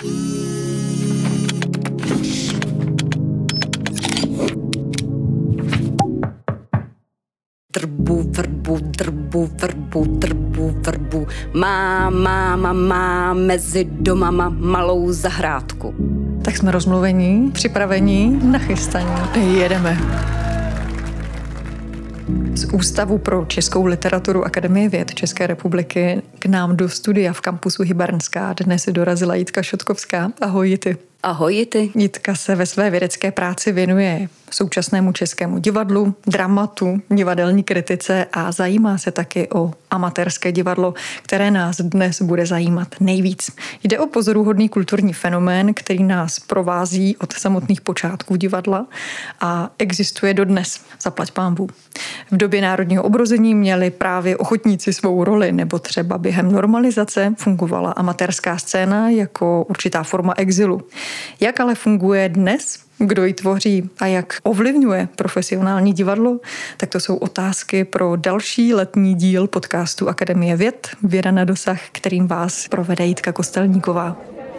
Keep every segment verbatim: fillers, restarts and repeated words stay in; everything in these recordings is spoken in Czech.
Drbu, vrbu, drbu, vrbu, drbu, vrbu. Má, máma, má mezi domama malou zahrádku. Tak jsme rozmluvení, připravení, nachystaní. Jedeme. Z Ústavu pro českou literaturu Akademie věd České republiky k nám do studia v kampusu Hybernská dnes dorazila Jitka Šotkovská. Ahoj, Jity. Ahoj, Jity. Jitka se ve své vědecké práci věnuje současnému českému divadlu, dramatu, divadelní kritice a zajímá se taky o amatérské divadlo, které nás dnes bude zajímat nejvíc. Jde o pozoruhodný kulturní fenomén, který nás provází od samotných počátků divadla a existuje dodnes, zaplať pánbůh. V době národního obrození měli právě ochotníci svou roli, nebo třeba během normalizace fungovala amatérská scéna jako určitá forma exilu. Jak ale funguje dnes, kdo ji tvoří a jak ovlivňuje profesionální divadlo, tak to jsou otázky pro další letní díl podcastu Akademie věd Věda na dosah, kterým vás provede Jitka Kostelníková.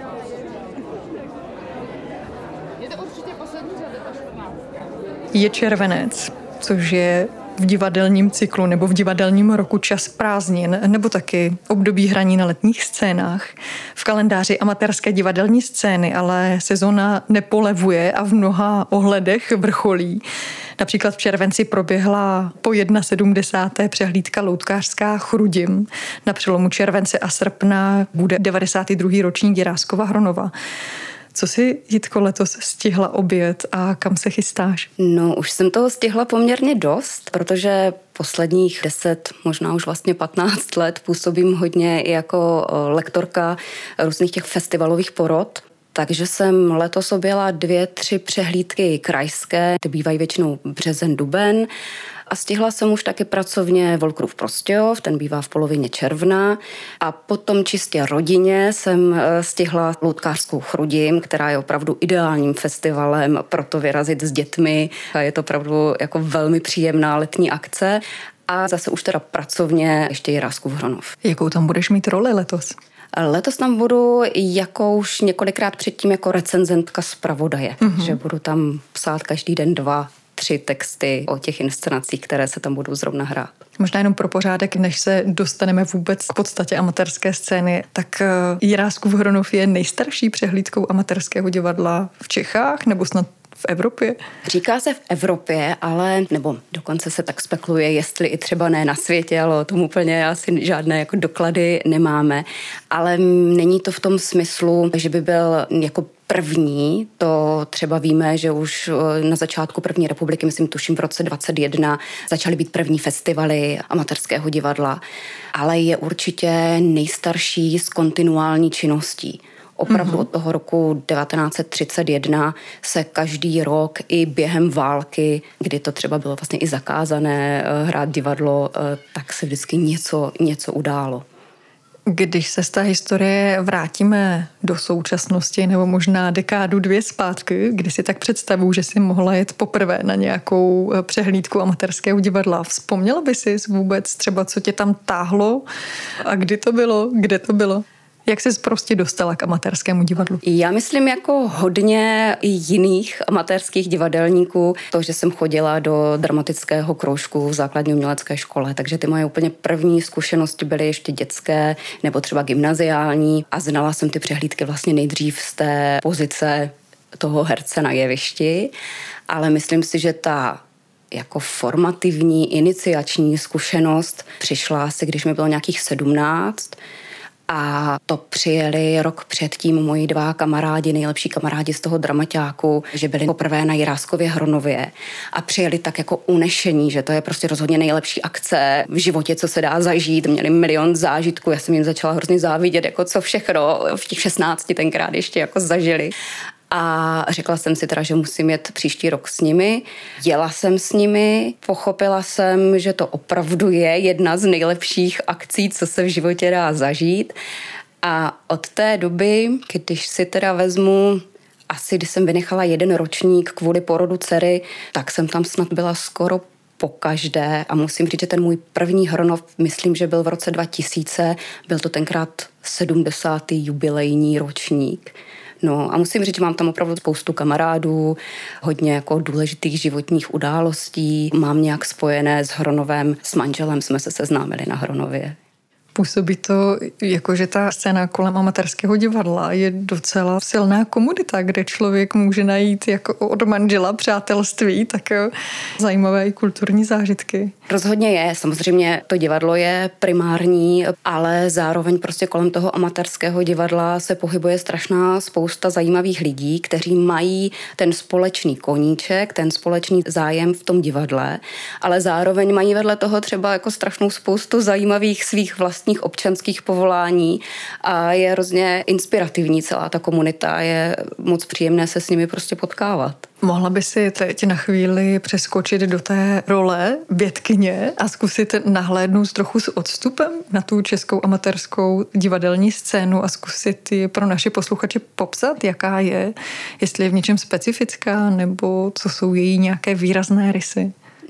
Je červenec, což je v divadelním cyklu nebo v divadelním roku čas prázdnin, nebo taky období hraní na letních scénách. V kalendáři amatérské divadelní scény ale sezona nepolevuje a v mnoha ohledech vrcholí. Například v červenci proběhla po sedmdesáté první přehlídka loutkářská Chrudim. Na přelomu července a srpna bude devadesátý druhý ročník Jiráskova Hronova. Co jsi, Jitko, letos stihla obět a kam se chystáš? No, už jsem toho stihla poměrně dost, protože posledních deset, možná už vlastně patnáct let působím hodně i jako lektorka různých těch festivalových porod. Takže jsem letos objela dvě, tři přehlídky krajské, ty bývají většinou březen, duben. A stihla jsem už taky pracovně Volkrův Prostějov, ten bývá v polovině června. A potom čistě rodině jsem stihla loutkářskou Chrudim, která je opravdu ideálním festivalem pro to vyrazit s dětmi. A je to opravdu jako velmi příjemná letní akce. A zase už teda pracovně ještě Jiráskův Hronov. Jakou tam budeš mít roli letos? Letos tam budu jako už několikrát předtím jako recenzentka zpravodaje, mm-hmm. že budu tam psát každý den dva, tři texty o těch inscenacích, které se tam budou zrovna hrát. Možná jenom pro pořádek, než se dostaneme vůbec k podstatě amatérské scény, tak Jiráskův Hronov je nejstarší přehlídkou amatérského divadla v Čechách nebo snad v Evropě? Říká se v Evropě, ale, nebo dokonce se tak spekuluje, jestli i třeba ne na světě, ale o tom úplně asi žádné jako doklady nemáme. Ale není to v tom smyslu, že by byl jako první, to třeba víme, že už na začátku první republiky, myslím tuším v roce dvacet jedna, začaly být první festivaly amatérského divadla, ale je určitě nejstarší s kontinuální činností. Opravdu mm-hmm. od toho roku devatenáct set třicet jedna se každý rok i během války, kdy to třeba bylo vlastně i zakázané hrát divadlo, tak se vždycky něco, něco událo. Když se z té historie vrátíme do současnosti nebo možná dekádu dvě zpátky, kdy si tak představuji, že si mohla jet poprvé na nějakou přehlídku amatérského divadla, vzpomněla by si vůbec třeba, co tě tam táhlo a kdy to bylo, kde to bylo? Jak jsi prostě dostala k amatérskému divadlu? Já myslím jako hodně jiných amatérských divadelníků, to, že jsem chodila do dramatického kroužku v základní umělecké škole, takže ty moje úplně první zkušenosti byly ještě dětské nebo třeba gymnaziální a znala jsem ty přehlídky vlastně nejdřív z té pozice toho herce na jevišti, ale myslím si, že ta jako formativní, iniciační zkušenost přišla asi, když mi bylo nějakých sedmnáct. A to přijeli rok předtím moji dva kamarádi, nejlepší kamarádi z toho dramaťáku, že byli poprvé na Jiráskově Hronově a přijeli tak jako unešení, že to je prostě rozhodně nejlepší akce v životě, co se dá zažít. Měli milion zážitků, já jsem jim začala hrozně závidět, jako co všechno v těch šestnácti tenkrát ještě jako zažili. A řekla jsem si teda, že musím jet příští rok s nimi. Jela jsem s nimi, pochopila jsem, že to opravdu je jedna z nejlepších akcí, co se v životě dá zažít. A od té doby, když si teda vezmu, asi když jsem vynechala jeden ročník kvůli porodu dcery, tak jsem tam snad byla skoro pokaždé a musím říct, že ten můj první Hronov, myslím, že byl v roce dva tisíce, byl to tenkrát sedmdesátý jubilejní ročník. No a musím říct, že mám tam opravdu spoustu kamarádů, hodně jako důležitých životních událostí. Mám nějak spojené s Hronovem, s manželem jsme se seznámili na Hronově. Působí to, jako že ta scéna kolem amatérského divadla je docela silná komunita, kde člověk může najít jako od manžela přátelství, tak zajímavé i kulturní zážitky. Rozhodně je, samozřejmě to divadlo je primární, ale zároveň prostě kolem toho amatérského divadla se pohybuje strašná spousta zajímavých lidí, kteří mají ten společný koníček, ten společný zájem v tom divadle, ale zároveň mají vedle toho třeba jako strašnou spoustu zajímavých svých vlastních občanských povolání a je hrozně inspirativní celá ta komunita, je moc příjemné se s nimi prostě potkávat. Mohla by si teď na chvíli přeskočit do té role vědkyně a zkusit nahlédnout trochu s odstupem na tu českou amatérskou divadelní scénu a zkusit ji pro naše posluchače popsat, jaká je, jestli je v něčem specifická nebo co jsou její nějaké výrazné rysy?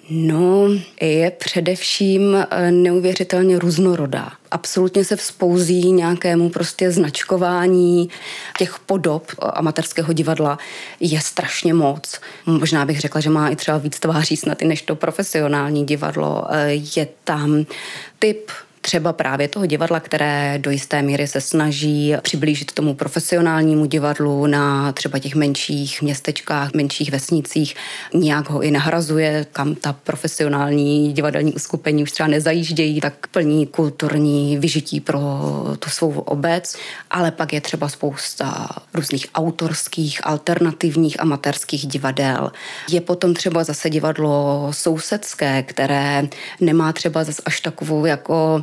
No, je především neuvěřitelně různorodá. Absolutně se vzpouzí nějakému prostě značkování těch podob amatérského divadla je strašně moc. Možná bych řekla, že má i třeba víc tváří snad i než to profesionální divadlo. Je tam typ třeba právě toho divadla, které do jisté míry se snaží přiblížit tomu profesionálnímu divadlu na třeba těch menších městečkách, menších vesnicích, nějak ho i nahrazuje, kam ta profesionální divadelní uskupení už třeba nezajíždějí, tak plní kulturní vyžití pro tu svou obec, ale pak je třeba spousta různých autorských, alternativních amatérských divadel. Je potom třeba zase divadlo sousedské, které nemá třeba zase až takovou jako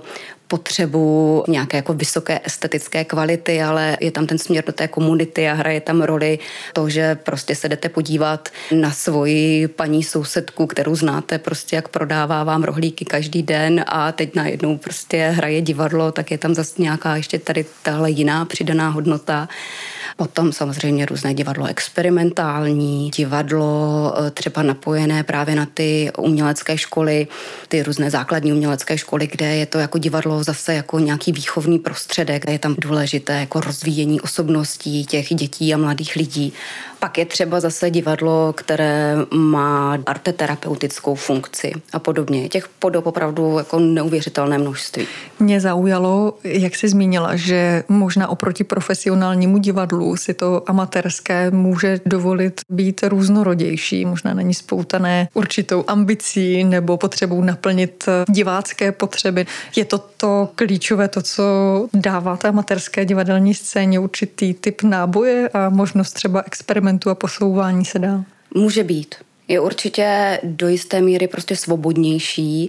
potřebu nějaké jako vysoké estetické kvality, ale je tam ten směr do té komunity a hraje tam roli to, že prostě se jdete podívat na svoji paní sousedku, kterou znáte prostě, jak prodává vám rohlíky každý den a teď najednou prostě hraje divadlo, tak je tam zase nějaká ještě tady tahle jiná přidaná hodnota. Potom samozřejmě různé divadlo experimentální, divadlo třeba napojené právě na ty umělecké školy, ty různé základní umělecké školy, kde je to jako divadlo zase jako nějaký výchovný prostředek, kde je tam důležité jako rozvíjení osobností těch dětí a mladých lidí. Pak je třeba zase divadlo, které má arteterapeutickou funkci a podobně. Těch podob opravdu jako neuvěřitelné množství. Mě zaujalo, jak jsi zmínila, že možná oproti profesionálnímu divadlu si to amatérské může dovolit být různorodější. Možná není spoutané určitou ambicí nebo potřebou naplnit divácké potřeby. Je to to klíčové, to, co dává té amatérské divadelní scéně určitý typ náboje a možnost třeba experimentu a posouvání se dál? Může být. Je určitě do jisté míry prostě svobodnější,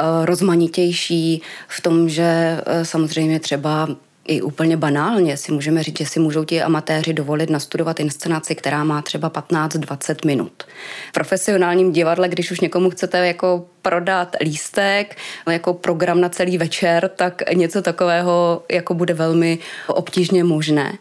rozmanitější v tom, že samozřejmě třeba i úplně banálně si můžeme říct, že si můžou ti amatéři dovolit nastudovat inscenaci, která má třeba patnáct dvacet minut. V profesionálním divadle, když už někomu chcete jako prodat lístek, jako program na celý večer, tak něco takového jako bude velmi obtížně možné.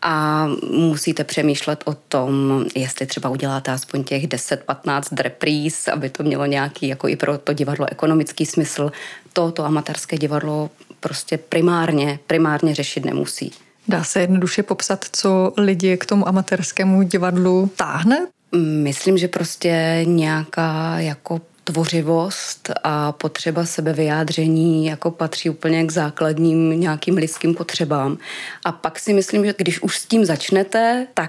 A musíte přemýšlet o tom, jestli třeba uděláte aspoň těch deset patnáct repríz, aby to mělo nějaký jako i pro to divadlo ekonomický smysl. To, to amatérské divadlo prostě primárně, primárně řešit nemusí. Dá se jednoduše popsat, co lidi k tomu amatérskému divadlu táhne? Myslím, že prostě nějaká jako tvořivost a potřeba sebevyjádření jako patří úplně k základním nějakým lidským potřebám. A pak si myslím, že když už s tím začnete, tak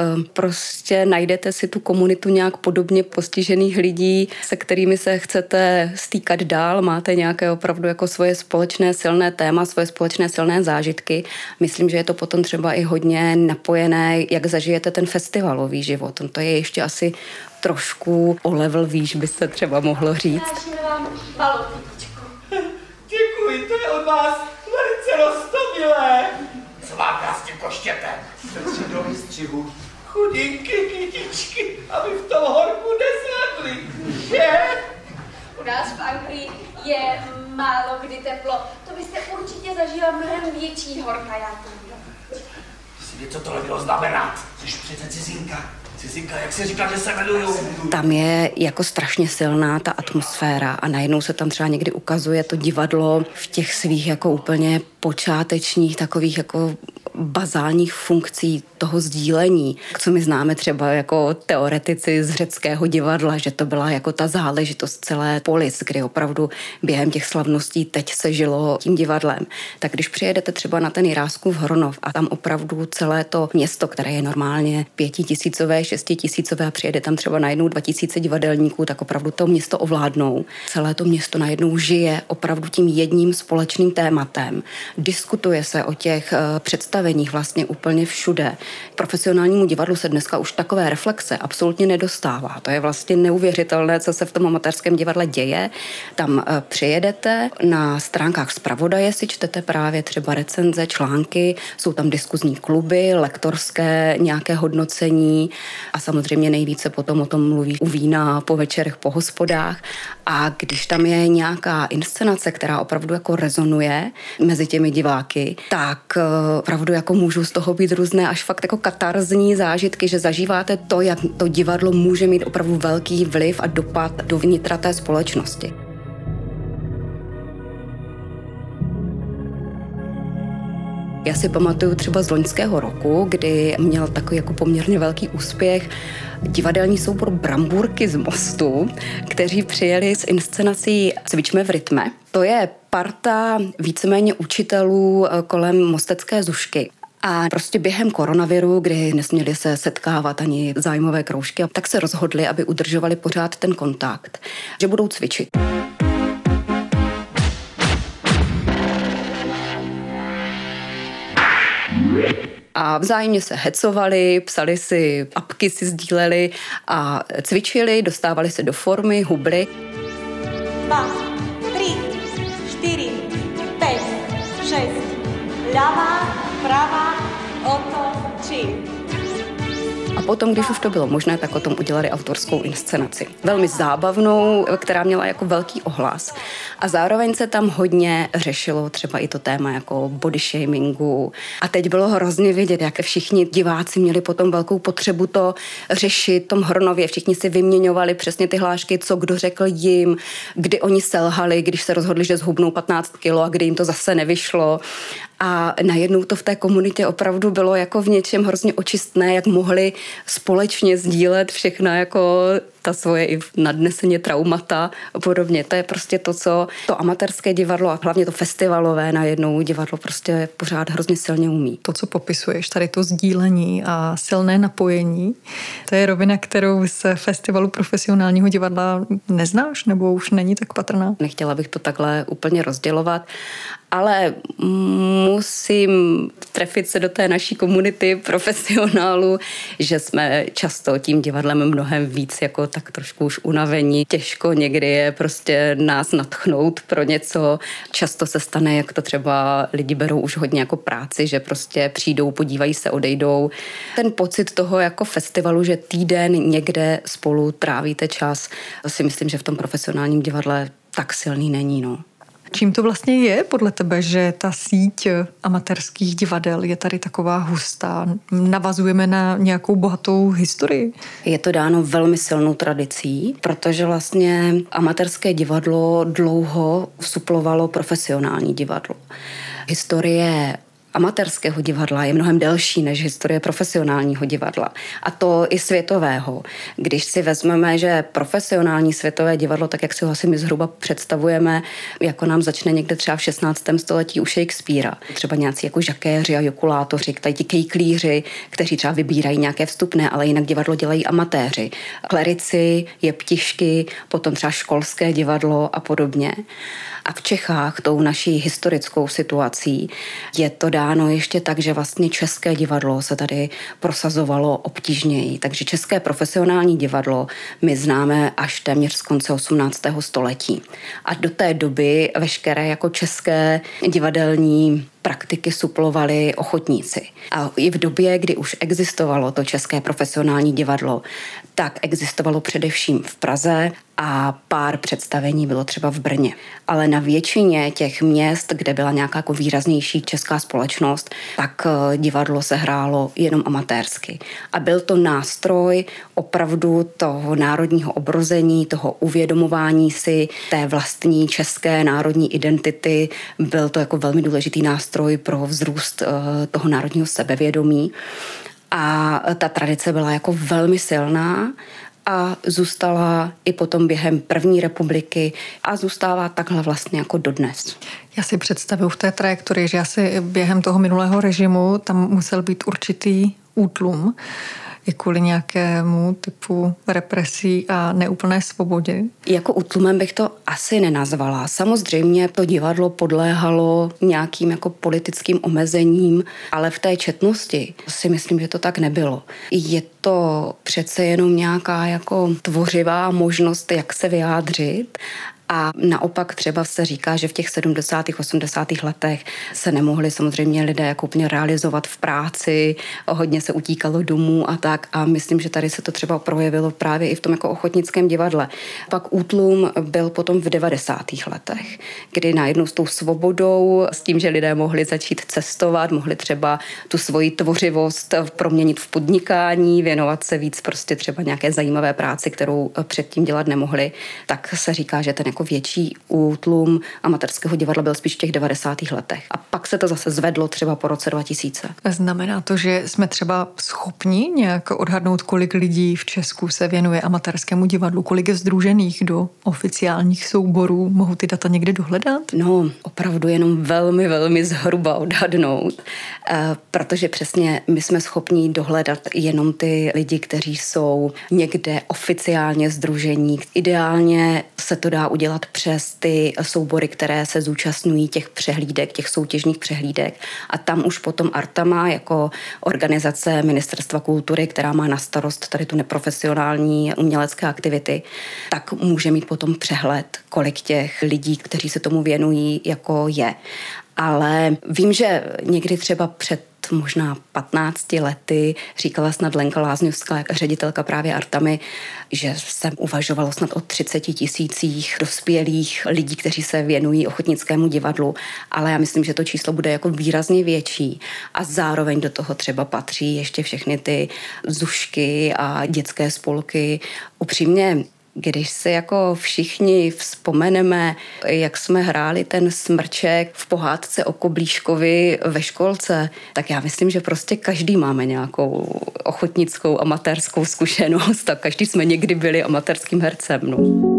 prostě najdete si tu komunitu nějak podobně postižených lidí, se kterými se chcete stýkat dál, máte nějaké opravdu jako svoje společné silné téma, svoje společné silné zážitky. Myslím, že je to potom třeba i hodně napojené, jak zažijete ten festivalový život. To je ještě asi trošku o level výš, by se třeba mohlo říct. Přinášíme vám malou kytičku. Děkuji, to je od vás velice roztomilé. Co vám dá s tím koštětem? Teď do vystřihu. Chudinky kytičky, aby v tom horku nesladli, že? U nás v Anglii je málo kdy teplo. To byste určitě zažila mnohem větší horka, já to vím. Jsi ví, co tohle bylo znamenat? Jsi přece cizinka. Cizinka, jak se říká, že se jmenuju? Tam je jako strašně silná ta atmosféra a najednou se tam třeba někdy ukazuje to divadlo v těch svých jako úplně počátečních takových jako bazálních funkcí toho sdílení, co my známe třeba jako teoretici z řeckého divadla, že to byla jako ta záležitost celé polis, kdy opravdu během těch slavností teď se žilo tím divadlem. Tak když přijedete třeba na ten Jiráskův Hronov a tam opravdu celé to město, které je normálně pětitisícové, šestitisícové a přijede tam třeba najednou dva tisíce divadelníků, tak opravdu to město ovládnou. Celé to město najednou žije opravdu tím jedním společným tématem. Diskutuje se o těch představeních vlastně úplně všude. Profesionálnímu divadlu se dneska už takové reflexe absolutně nedostává. To je vlastně neuvěřitelné, co se v tom amatérském divadle děje. Tam přijedete, na stránkách zpravodaje si čtete právě třeba recenze, články, jsou tam diskuzní kluby, lektorské nějaké hodnocení a samozřejmě nejvíce potom o tom mluví u vína, po večerech, po hospodách. A když tam je nějaká inscenace, která opravdu jako rezonuje mezi těmi diváky, tak opravdu jako můžou z toho být různé až fakt jako katarzní zážitky, že zažíváte to, jak to divadlo může mít opravdu velký vliv a dopad do vnitra té společnosti. Já si pamatuju třeba z loňského roku, kdy měl takový jako poměrně velký úspěch divadelní soubor Bramburky z Mostu, kteří přijeli s inscenací Cvičme v rytme. To je parta víceméně učitelů kolem mostecké Zušky. A prostě během koronaviru, kdy nesměli se setkávat ani zájmové kroužky, tak se rozhodli, aby udržovali pořád ten kontakt, že budou cvičit. A vzájemně se hecovali, psali si, apky si sdíleli a cvičili, dostávali se do formy, hubli. Dva, tři, čtyři, pět, šest, ľavá, pravá, otočí. A potom, když už to bylo možné, tak o tom udělali autorskou inscenaci. Velmi zábavnou, která měla jako velký ohlas. A zároveň se tam hodně řešilo třeba i to téma jako body shamingu. A teď bylo hrozně vidět, jak všichni diváci měli potom velkou potřebu to řešit v tom Hronově. Všichni si vyměňovali přesně ty hlášky, co kdo řekl jim, kdy oni selhali, když se rozhodli, že zhubnou patnáct kilo a kdy jim to zase nevyšlo. A najednou to v té komunitě opravdu bylo jako v něčem hrozně očistné, jak mohli společně sdílet všechna jako ta svoje i nadneseně traumata a podobně. To je prostě to, co to amatérské divadlo a hlavně to festivalové najednou divadlo prostě pořád hrozně silně umí. To, co popisuješ, tady to sdílení a silné napojení, to je rovina, kterou z festivalu profesionálního divadla neznáš nebo už není tak patrná? Nechtěla bych to takhle úplně rozdělovat, ale musím trefit se do té naší komunity profesionálů, že jsme často tím divadlem mnohem víc jako tak trošku už unavení. Těžko někdy je prostě nás nadchnout pro něco. Často se stane, jak to třeba lidi berou už hodně jako práci, že prostě přijdou, podívají se, odejdou. Ten pocit toho jako festivalu, že týden někde spolu trávíte čas, to si myslím, že v tom profesionálním divadle tak silný není, no. Čím to vlastně je podle tebe, že ta síť amatérských divadel je tady taková hustá? Navazujeme na nějakou bohatou historii? Je to dáno velmi silnou tradicí, protože vlastně amatérské divadlo dlouho suplovalo profesionální divadlo. Historie amatérského divadla je mnohem delší než historie profesionálního divadla. A to i světového. Když si vezmeme, že profesionální světové divadlo, tak jak si ho asi my zhruba představujeme, jako nám začne někde třeba v šestnáctém století u Shakespearea. Třeba nějací jako žakéři a jokulátoři, tady ti kejklíři, kteří třeba vybírají nějaké vstupné, ale jinak divadlo dělají amatéři. Klerici, jeptišky, potom třeba školské divadlo a podobně. A v Čechách tou naší historickou situací je to dáno ještě tak, že vlastně české divadlo se tady prosazovalo obtížněji. Takže české profesionální divadlo my známe až téměř z konce osmnáctého století. A do té doby veškeré jako české divadelní praktiky suplovali ochotníci. A i v době, kdy už existovalo to České profesionální divadlo, tak existovalo především v Praze a pár představení bylo třeba v Brně. Ale na většině těch měst, kde byla nějaká jako výraznější česká společnost, tak divadlo se hrálo jenom amatérsky. A byl to nástroj opravdu toho národního obrození, toho uvědomování si té vlastní české národní identity. Byl to jako velmi důležitý nástroj pro vzrůst toho národního sebevědomí. A ta tradice byla jako velmi silná a zůstala i potom během první republiky a zůstává takhle vlastně jako dodnes. Já si představuju v té trajektorii, že asi během toho minulého režimu tam musel být určitý útlum i kvůli nějakému typu represí a neúplné svobodě. Jako útlumem bych to asi nenazvala. Samozřejmě to divadlo podléhalo nějakým jako politickým omezením, ale v té četnosti si myslím, že to tak nebylo. Je to přece jenom nějaká jako tvořivá možnost, jak se vyjádřit. A naopak třeba se říká, že v těch sedmdesátých, osmdesátých letech se nemohli samozřejmě lidé jako úplně realizovat v práci, hodně se utíkalo domů a tak. A myslím, že tady se to třeba projevilo právě i v tom jako ochotnickém divadle. Pak útlum byl potom v devadesátých letech, kdy najednou s tou svobodou, s tím, že lidé mohli začít cestovat, mohli třeba tu svoji tvořivost proměnit v podnikání, věnovat se víc prostě třeba nějaké zajímavé práci, kterou předtím dělat nemohli, tak se říká, že ten jako větší útlum amatérského divadla byl spíš v těch devadesátých letech. A pak se to zase zvedlo třeba po roce dva tisíce. Znamená to, že jsme třeba schopni nějak odhadnout, kolik lidí v Česku se věnuje amatérskému divadlu, kolik je sdružených do oficiálních souborů? Mohu ty data někde dohledat? No, opravdu jenom velmi, velmi zhruba odhadnout, protože přesně my jsme schopni dohledat jenom ty lidi, kteří jsou někde oficiálně sdružení. Ideálně se to dá udělat přes ty soubory, které se zúčastňují těch přehlídek, těch soutěžních přehlídek. A tam už potom Artama jako organizace Ministerstva kultury, která má na starost tady tu neprofesionální umělecké aktivity, tak může mít potom přehled, kolik těch lidí, kteří se tomu věnují, jako je. Ale vím, že někdy třeba před možná patnácti lety říkala snad Lenka Lázňovská, ředitelka právě Artamy, že se uvažovalo snad o třiceti tisících dospělých lidí, kteří se věnují ochotnickému divadlu, ale já myslím, že to číslo bude jako výrazně větší a zároveň do toho třeba patří ještě všechny ty zušky a dětské spolky. Upřímně, když si jako všichni vzpomeneme, jak jsme hráli ten smrček v pohádce o Koblíškovi ve školce, tak já myslím, že prostě každý máme nějakou ochotnickou, amatérskou zkušenost a každý jsme někdy byli amatérským hercem. No.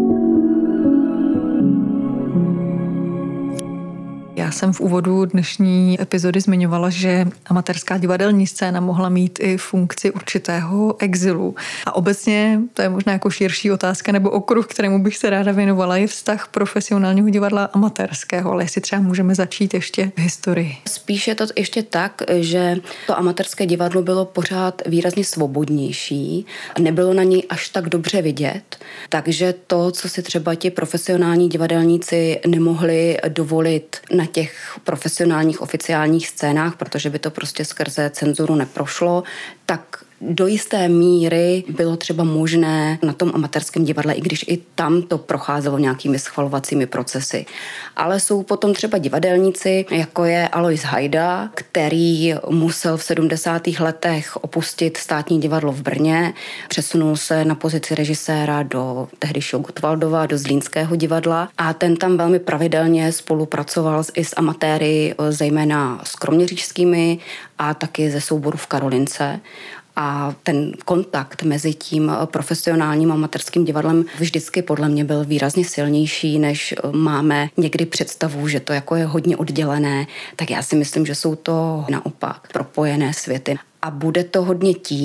Já jsem v úvodu dnešní epizody zmiňovala, že amatérská divadelní scéna mohla mít i funkci určitého exilu. A obecně, to je možná jako širší otázka nebo okruh, kterému bych se ráda věnovala, je vztah profesionálního divadla amatérského. Ale jestli třeba můžeme začít ještě v historii. Spíš je to ještě tak, že to amatérské divadlo bylo pořád výrazně svobodnější. Nebylo na něj až tak dobře vidět. Takže to, co si třeba ti profesionální divadelníci nemohli dovolit na těch profesionálních oficiálních scénách, protože by to prostě skrze cenzuru neprošlo, tak do jisté míry bylo třeba možné na tom amatérském divadle, i když i tam to procházelo nějakými schvalovacími procesy. Ale jsou potom třeba divadelníci, jako je Alois Hajda, který musel v sedmdesátých letech opustit státní divadlo v Brně, přesunul se na pozici režiséra do tehdejšího Gottwaldova, do Zlínského divadla a ten tam velmi pravidelně spolupracoval i s amatéry, zejména s kroměřížskými a taky ze souboru v Karolince. A ten kontakt mezi tím profesionálním a amatérským divadlem vždycky podle mě byl výrazně silnější, než máme někdy představu, že to jako je hodně oddělené. Tak já si myslím, že jsou to naopak propojené světy. A bude to hodně tím,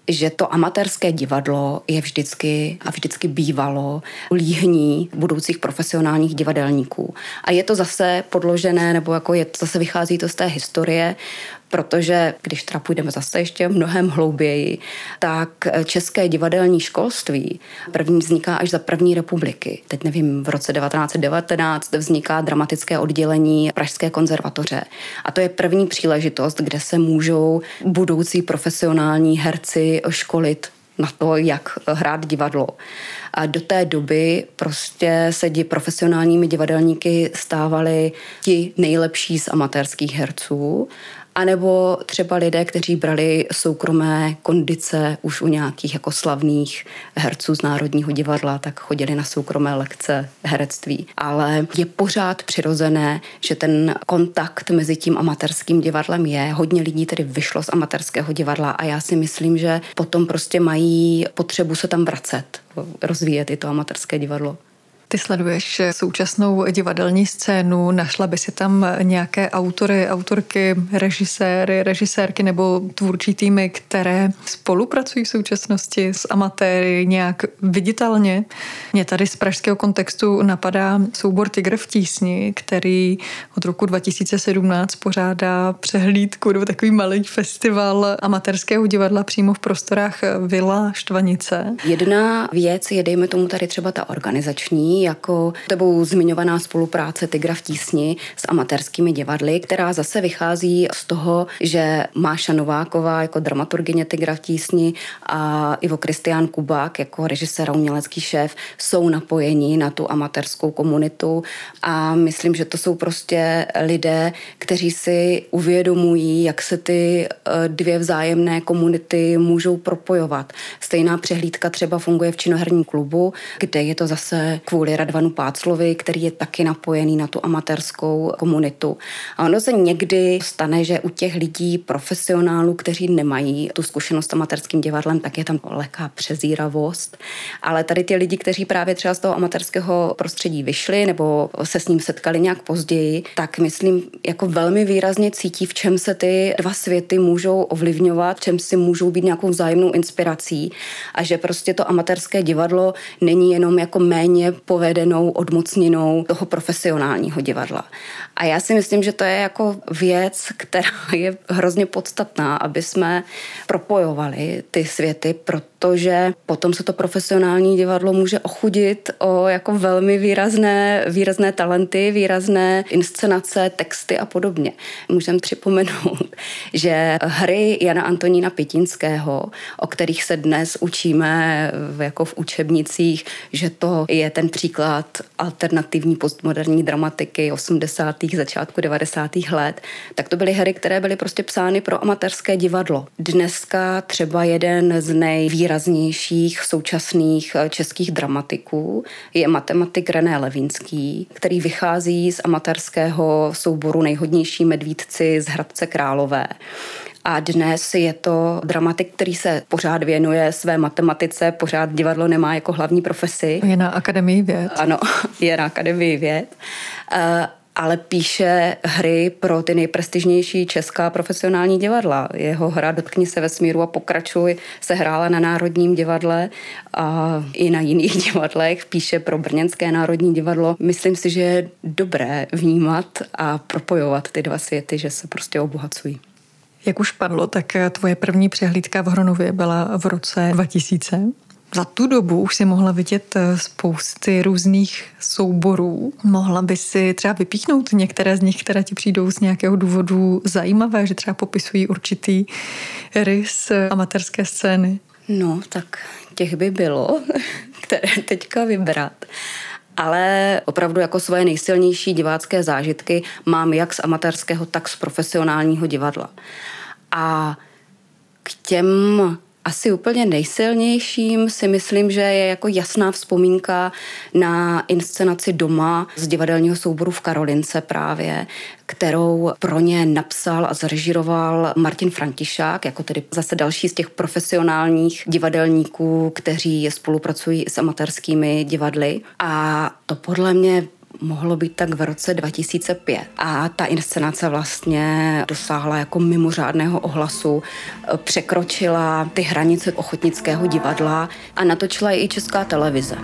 že to amatérské divadlo je vždycky a vždycky bývalo líhní budoucích profesionálních divadelníků. A je to zase podložené, nebo jako je to, zase vychází to z té historie, protože když teda půjdeme zase ještě mnohem hlouběji, tak české divadelní školství první vzniká až za první republiky. Teď nevím, v roce devatenáct set devatenáct vzniká dramatické oddělení Pražské konzervatoře. A to je první příležitost, kde se můžou budoucí profesionální herci školit na to, jak hrát divadlo. A do té doby prostě se di profesionálními divadelníky stávali ti nejlepší z amatérských herců, anebo třeba lidé, kteří brali soukromé kondice už u nějakých jako slavných herců z Národního divadla, tak chodili na soukromé lekce herectví. Ale je pořád přirozené, že ten kontakt mezi tím amatérským divadlem je. Hodně lidí tedy vyšlo z amatérského divadla a já si myslím, že potom prostě mají potřebu se tam vracet, rozvíjet i to amatérské divadlo. Ty sleduješ současnou divadelní scénu, našla by si tam nějaké autory, autorky, režiséry, režisérky nebo tvůrčí týmy, které spolupracují v současnosti s amatéry nějak viditelně? Mě tady z pražského kontextu napadá soubor Tygr v tísni, který od roku dva tisíce sedmnáct pořádá přehlídku nebo takový malý festival amatérského divadla přímo v prostorách Vila Štvanice. Jedna věc je, dejme tomu tady třeba ta organizační, jako tebou zmiňovaná spolupráce Tygra v tísni s amatérskými divadly, která zase vychází z toho, že Máša Nováková jako dramaturgyně Tygra v tísni a Ivo Kristián Kubák jako režisér a umělecký šéf jsou napojeni na tu amatérskou komunitu a myslím, že to jsou prostě lidé, kteří si uvědomují, jak se ty dvě vzájemné komunity můžou propojovat. Stejná přehlídka třeba funguje v Činoherním klubu, kde je to zase kvůli Radvanu Páclovi, který je taky napojený na tu amatérskou komunitu. A ono se někdy stane, že u těch lidí, profesionálů, kteří nemají tu zkušenost s amatérským divadlem, tak je tam lehká přezíravost. Ale tady ty lidi, kteří právě třeba z toho amatérského prostředí vyšli nebo se s ním setkali nějak později, tak myslím, jako velmi výrazně cítí, v čem se ty dva světy můžou ovlivňovat, v čem si můžou být nějakou vzájemnou inspirací a že prostě to amatérské divadlo není jenom jako méně povedenou odmocninou toho profesionálního divadla. A já si myslím, že to je jako věc, která je hrozně podstatná, aby jsme propojovali ty světy, protože potom se to profesionální divadlo může ochudit o jako velmi výrazné, výrazné talenty, výrazné inscenace, texty a podobně. Můžeme připomenout, že hry Jana Antonína Pětinského, o kterých se dnes učíme jako v učebnicích, že to je ten příklad alternativní postmoderní dramatiky osmdesátých začátku devadesátých let, tak to byly hry, které byly prostě psány pro amatérské divadlo. Dneska třeba jeden z nejvýraznějších současných českých dramatiků je matematik René Levínský, který vychází z amatérského souboru Nejhodnější medvídci z Hradce Králové. A dnes je to dramatik, který se pořád věnuje své matematice, pořád divadlo nemá jako hlavní profesi. Je na Akademii věd. Ano, je na Akademii věd. Uh, ale píše hry pro ty nejprestižnější česká profesionální divadla. Jeho hra Dotkni se vesmíru a pokračuj se hrála na Národním divadle a i na jiných divadlech. Píše pro Brněnské národní divadlo. Myslím si, že je dobré vnímat a propojovat ty dva světy, že se prostě obohacují. Jak už padlo, tak tvoje první přehlídka v Hronově byla v roce dva tisíce. Za tu dobu už si mohla vidět spousty různých souborů. Mohla by si třeba vypíchnout některé z nich, které ti přijdou z nějakého důvodu zajímavé, že třeba popisují určitý rys amatérské scény? No, tak těch by bylo, které teďka vybrat. Ale opravdu jako svoje nejsilnější divácké zážitky mám jak z amatérského, tak z profesionálního divadla. A k těm asi úplně nejsilnějším si myslím, že je jako jasná vzpomínka na inscenaci Doma z divadelního souboru v Karolince právě, kterou pro ně napsal a zarežíroval Martin Františák, jako tedy zase další z těch profesionálních divadelníků, kteří spolupracují s amatérskými divadly. A to podle mě Mohlo být tak v roce dva tisíce pět. A ta inscenace vlastně dosáhla jako mimořádného ohlasu, překročila ty hranice ochotnického divadla a natočila ji i Česká televize.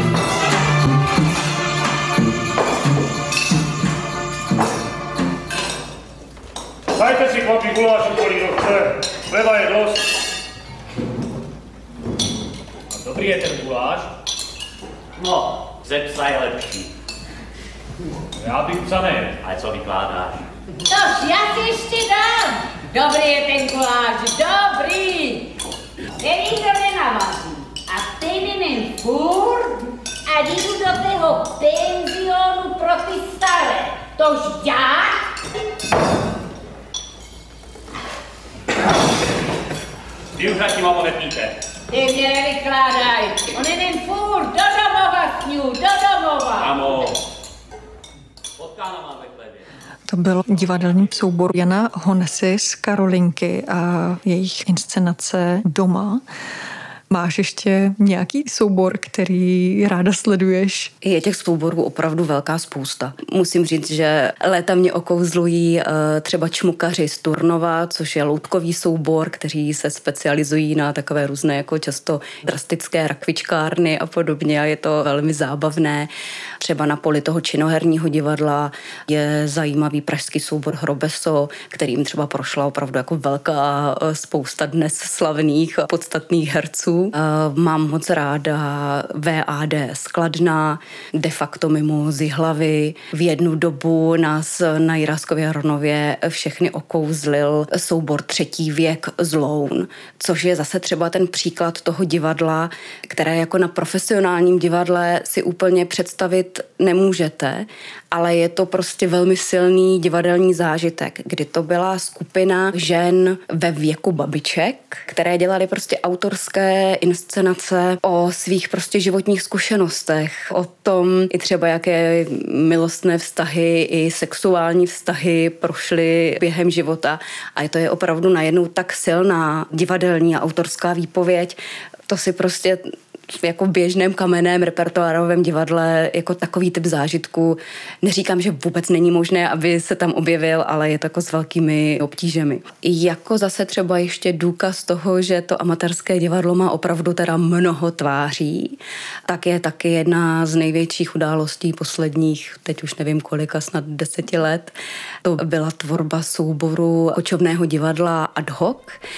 Dajte si chlapi gulášu, kolik kdo chce. Chleba je dost. A dobrý je ten guláš? No, ze psa je lepší. Já bych psa ne. A co vykládáš? Tož já si ještě dám. Dobrý je ten guláš, dobrý. Ten nikdo nenavaří. A ten jen furt a jdu do tého penzionu pro ty staré. Tož já? Vy už nad tím nepíte. Ty mě nevykládaj. On je jen furt do domova, sňu, do domova. Amo. Potkána mám ve chlebě. To byl divadelní soubor Jana Honesy z Karolinky a jejich inscenace Doma. Máš ještě nějaký soubor, který ráda sleduješ? Je těch souborů opravdu velká spousta. Musím říct, že léta mě okouzlují třeba čmukaři z Turnova, což je loutkový soubor, kteří se specializují na takové různé jako často drastické rakvičkárny a podobně a je to velmi zábavné. Třeba na poli toho činoherního divadla je zajímavý pražský soubor Hrobeso, kterým třeba prošla opravdu jako velká spousta dnes slavných a podstatných herců. Mám moc ráda V A D z Kladna, de facto mimo z Jihlavy. V jednu dobu nás na Jiráskově Hronově všechny okouzlil soubor Třetí věk z Loun, což je zase třeba ten příklad toho divadla, které jako na profesionálním divadle si úplně představit nemůžete, ale je to prostě velmi silný divadelní zážitek, kdy to byla skupina žen ve věku babiček, které dělaly prostě autorské inscenace o svých prostě životních zkušenostech, o tom i třeba jaké milostné vztahy i sexuální vztahy prošly během života a to je opravdu najednou tak silná divadelní a autorská výpověď, to si prostě jako v běžném kamenném repertoárovém divadle jako takový typ zážitku. Neříkám, že vůbec není možné, aby se tam objevil, ale je to jako s velkými obtížemi. Jako zase třeba ještě důkaz toho, že to amatérské divadlo má opravdu teda mnoho tváří, tak je taky jedna z největších událostí posledních, teď už nevím kolika, snad deseti let. To byla tvorba souboru Kočovného divadla Ad hoc,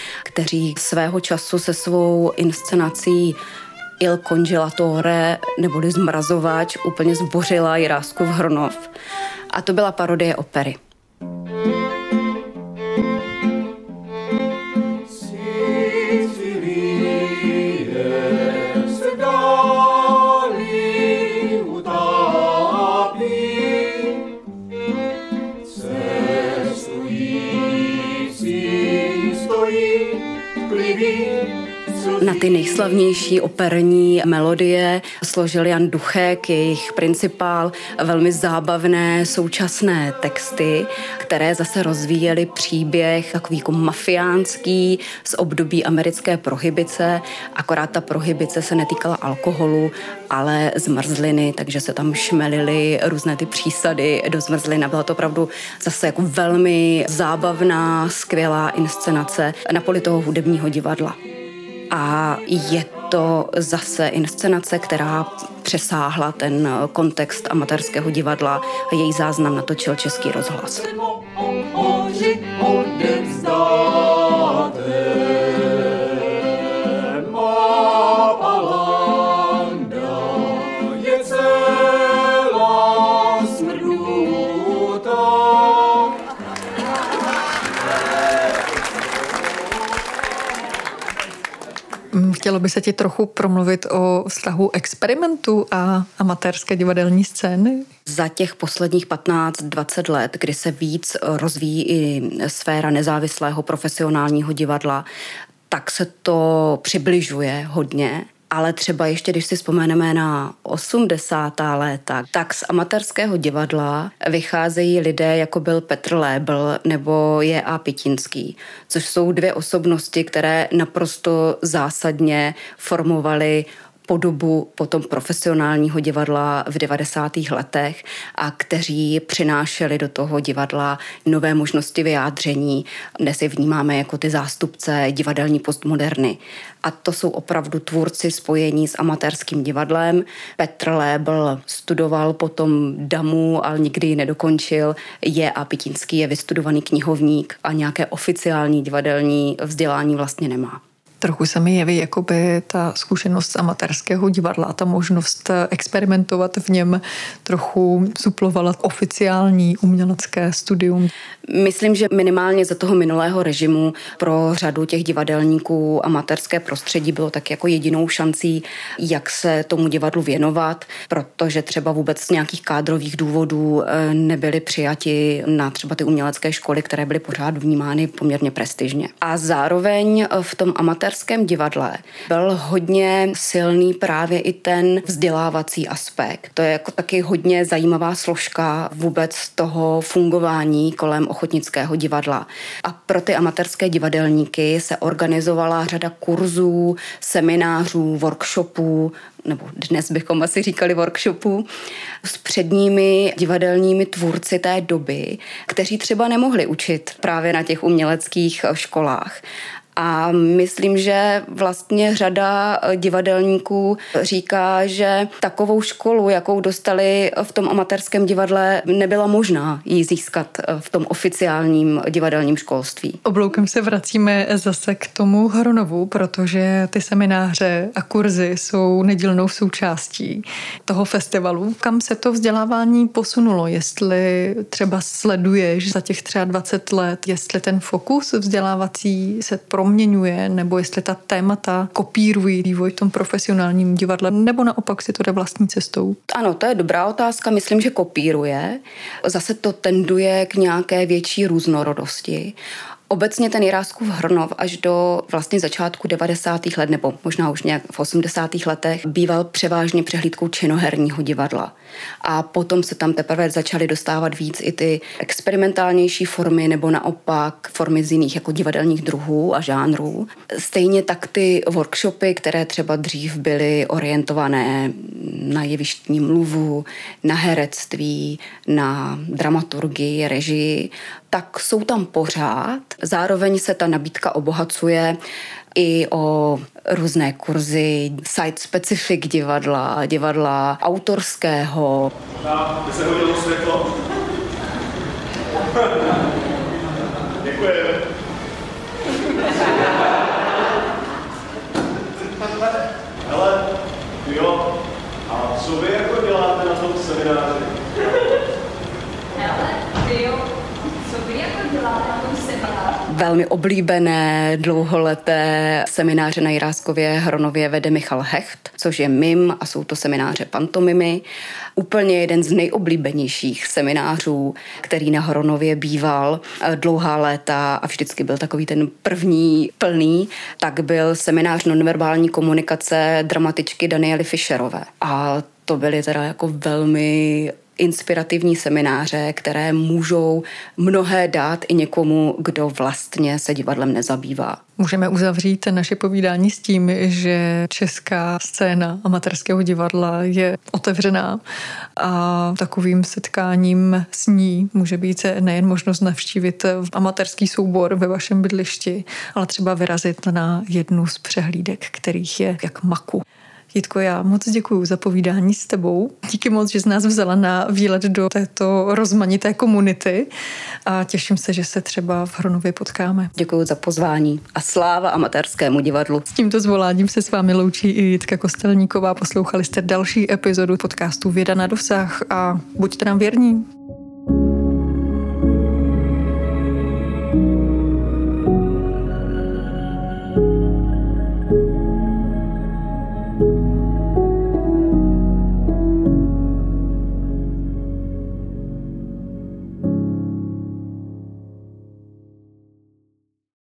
kteří svého času se svou inscenací Il Congelatore, neboli Zmrazovač, úplně zbořila Jiráskův Hronov. A to byla parodie opery. Na ty nejslavnější operní melodie složil Jan Duchek, jejich principál, velmi zábavné současné texty, které zase rozvíjely příběh takový jako mafiánský z období americké prohibice, akorát ta prohibice se netýkala alkoholu, ale zmrzliny, takže se tam šmelily různé ty přísady do zmrzlin a byla to opravdu zase jako velmi zábavná, skvělá inscenace na poli toho hudebního divadla. A je to zase inscenace, která přesáhla ten kontext amatérského divadla a její záznam natočil Český rozhlas. Chtělo by se ti trochu promluvit o vztahu experimentu a amatérské divadelní scény? Za těch posledních patnáct dvacet let, kdy se víc rozvíjí i sféra nezávislého profesionálního divadla, tak se to přibližuje hodně. Ale třeba ještě, když si vzpomeneme na osmdesátá léta, tak z amatérského divadla vycházejí lidé, jako byl Petr Lébl nebo J A Pitinský, což jsou dvě osobnosti, které naprosto zásadně formovaly podobu potom profesionálního divadla v devadesátých letech a kteří přinášeli do toho divadla nové možnosti vyjádření. Dnes je vnímáme jako ty zástupce divadelní postmoderny. A to jsou opravdu tvůrci spojení s amatérským divadlem. Petr Lébl studoval potom Damu, ale nikdy ji nedokončil. Je a Pitínský je vystudovaný knihovník a nějaké oficiální divadelní vzdělání vlastně nemá. Trochu se mi jeví, jakoby ta zkušenost z amatérského divadla a ta možnost experimentovat v něm trochu suplovala oficiální umělecké studium. Myslím, že minimálně za toho minulého režimu pro řadu těch divadelníků amatérské prostředí bylo tak jako jedinou šancí, jak se tomu divadlu věnovat, protože třeba vůbec z nějakých kádrových důvodů nebyli přijati na třeba ty umělecké školy, které byly pořád vnímány poměrně prestižně. A zároveň v tom amatérském divadle byl hodně silný právě i ten vzdělávací aspekt. To je jako taky hodně zajímavá složka vůbec toho fungování kolem ochotnického divadla. A pro ty amatérské divadelníky se organizovala řada kurzů, seminářů, workshopů, nebo dnes bychom asi říkali workshopů, s předními divadelními tvůrci té doby, kteří třeba nemohli učit právě na těch uměleckých školách. A myslím, že vlastně řada divadelníků říká, že takovou školu, jakou dostali v tom amatérském divadle, nebyla možná jí získat v tom oficiálním divadelním školství. Obloukem se vracíme zase k tomu Hronovu, protože ty semináře a kurzy jsou nedílnou součástí toho festivalu. Kam se to vzdělávání posunulo? Jestli třeba sleduješ za těch třeba dvacet let, jestli ten fokus vzdělávací se proměňuje, nebo jestli ta témata kopírují vývoj v tom profesionálním divadle, nebo naopak si to jde vlastní cestou? Ano, to je dobrá otázka. Myslím, že kopíruje. Zase to tenduje k nějaké větší různorodosti. Obecně ten Jiráskův Hronov až do vlastně začátku devadesátých let, nebo možná už nějak v osmdesátých letech, býval převážně přehlídkou činoherního divadla. A potom se tam teprve začaly dostávat víc i ty experimentálnější formy, nebo naopak formy z jiných jako divadelních druhů a žánrů. Stejně tak ty workshopy, které třeba dřív byly orientované na jevištní mluvu, na herectví, na dramaturgii, režii, tak jsou tam pořád. Zároveň se ta nabídka obohacuje i o různé kurzy, site-specific divadla, divadla autorského. Na, by se hodilo světlo. Děkujeme. Hele, jo, a co vy jako děláte na tom semináři? Hele, ty jo, co vy jako děláte na tom semináři? Velmi oblíbené dlouholeté semináře na Jiráskově Hronově vede Michal Hecht, což je mim a jsou to semináře pantomimy. Úplně jeden z nejoblíbenějších seminářů, který na Hronově býval dlouhá léta a vždycky byl takový ten první plný, tak byl seminář nonverbální komunikace dramatičky Daniely Fischerové. A to byly teda jako velmi inspirativní semináře, které můžou mnohé dát i někomu, kdo vlastně se divadlem nezabývá. Můžeme uzavřít naše povídání s tím, že česká scéna amatérského divadla je otevřená a takovým setkáním s ní může být nejen možnost navštívit amatérský soubor ve vašem bydlišti, ale třeba vyrazit na jednu z přehlídek, kterých je jak maku. Jitko, já moc děkuju za povídání s tebou. Díky moc, že jsi nás vzala na výlet do této rozmanité komunity a těším se, že se třeba v Hronově potkáme. Děkuju za pozvání a sláva amatérskému divadlu. S tímto zvoláním se s vámi loučí i Jitka Kostelníková. Poslouchali jste další epizodu podcastu Věda na dosah a buďte nám věrní.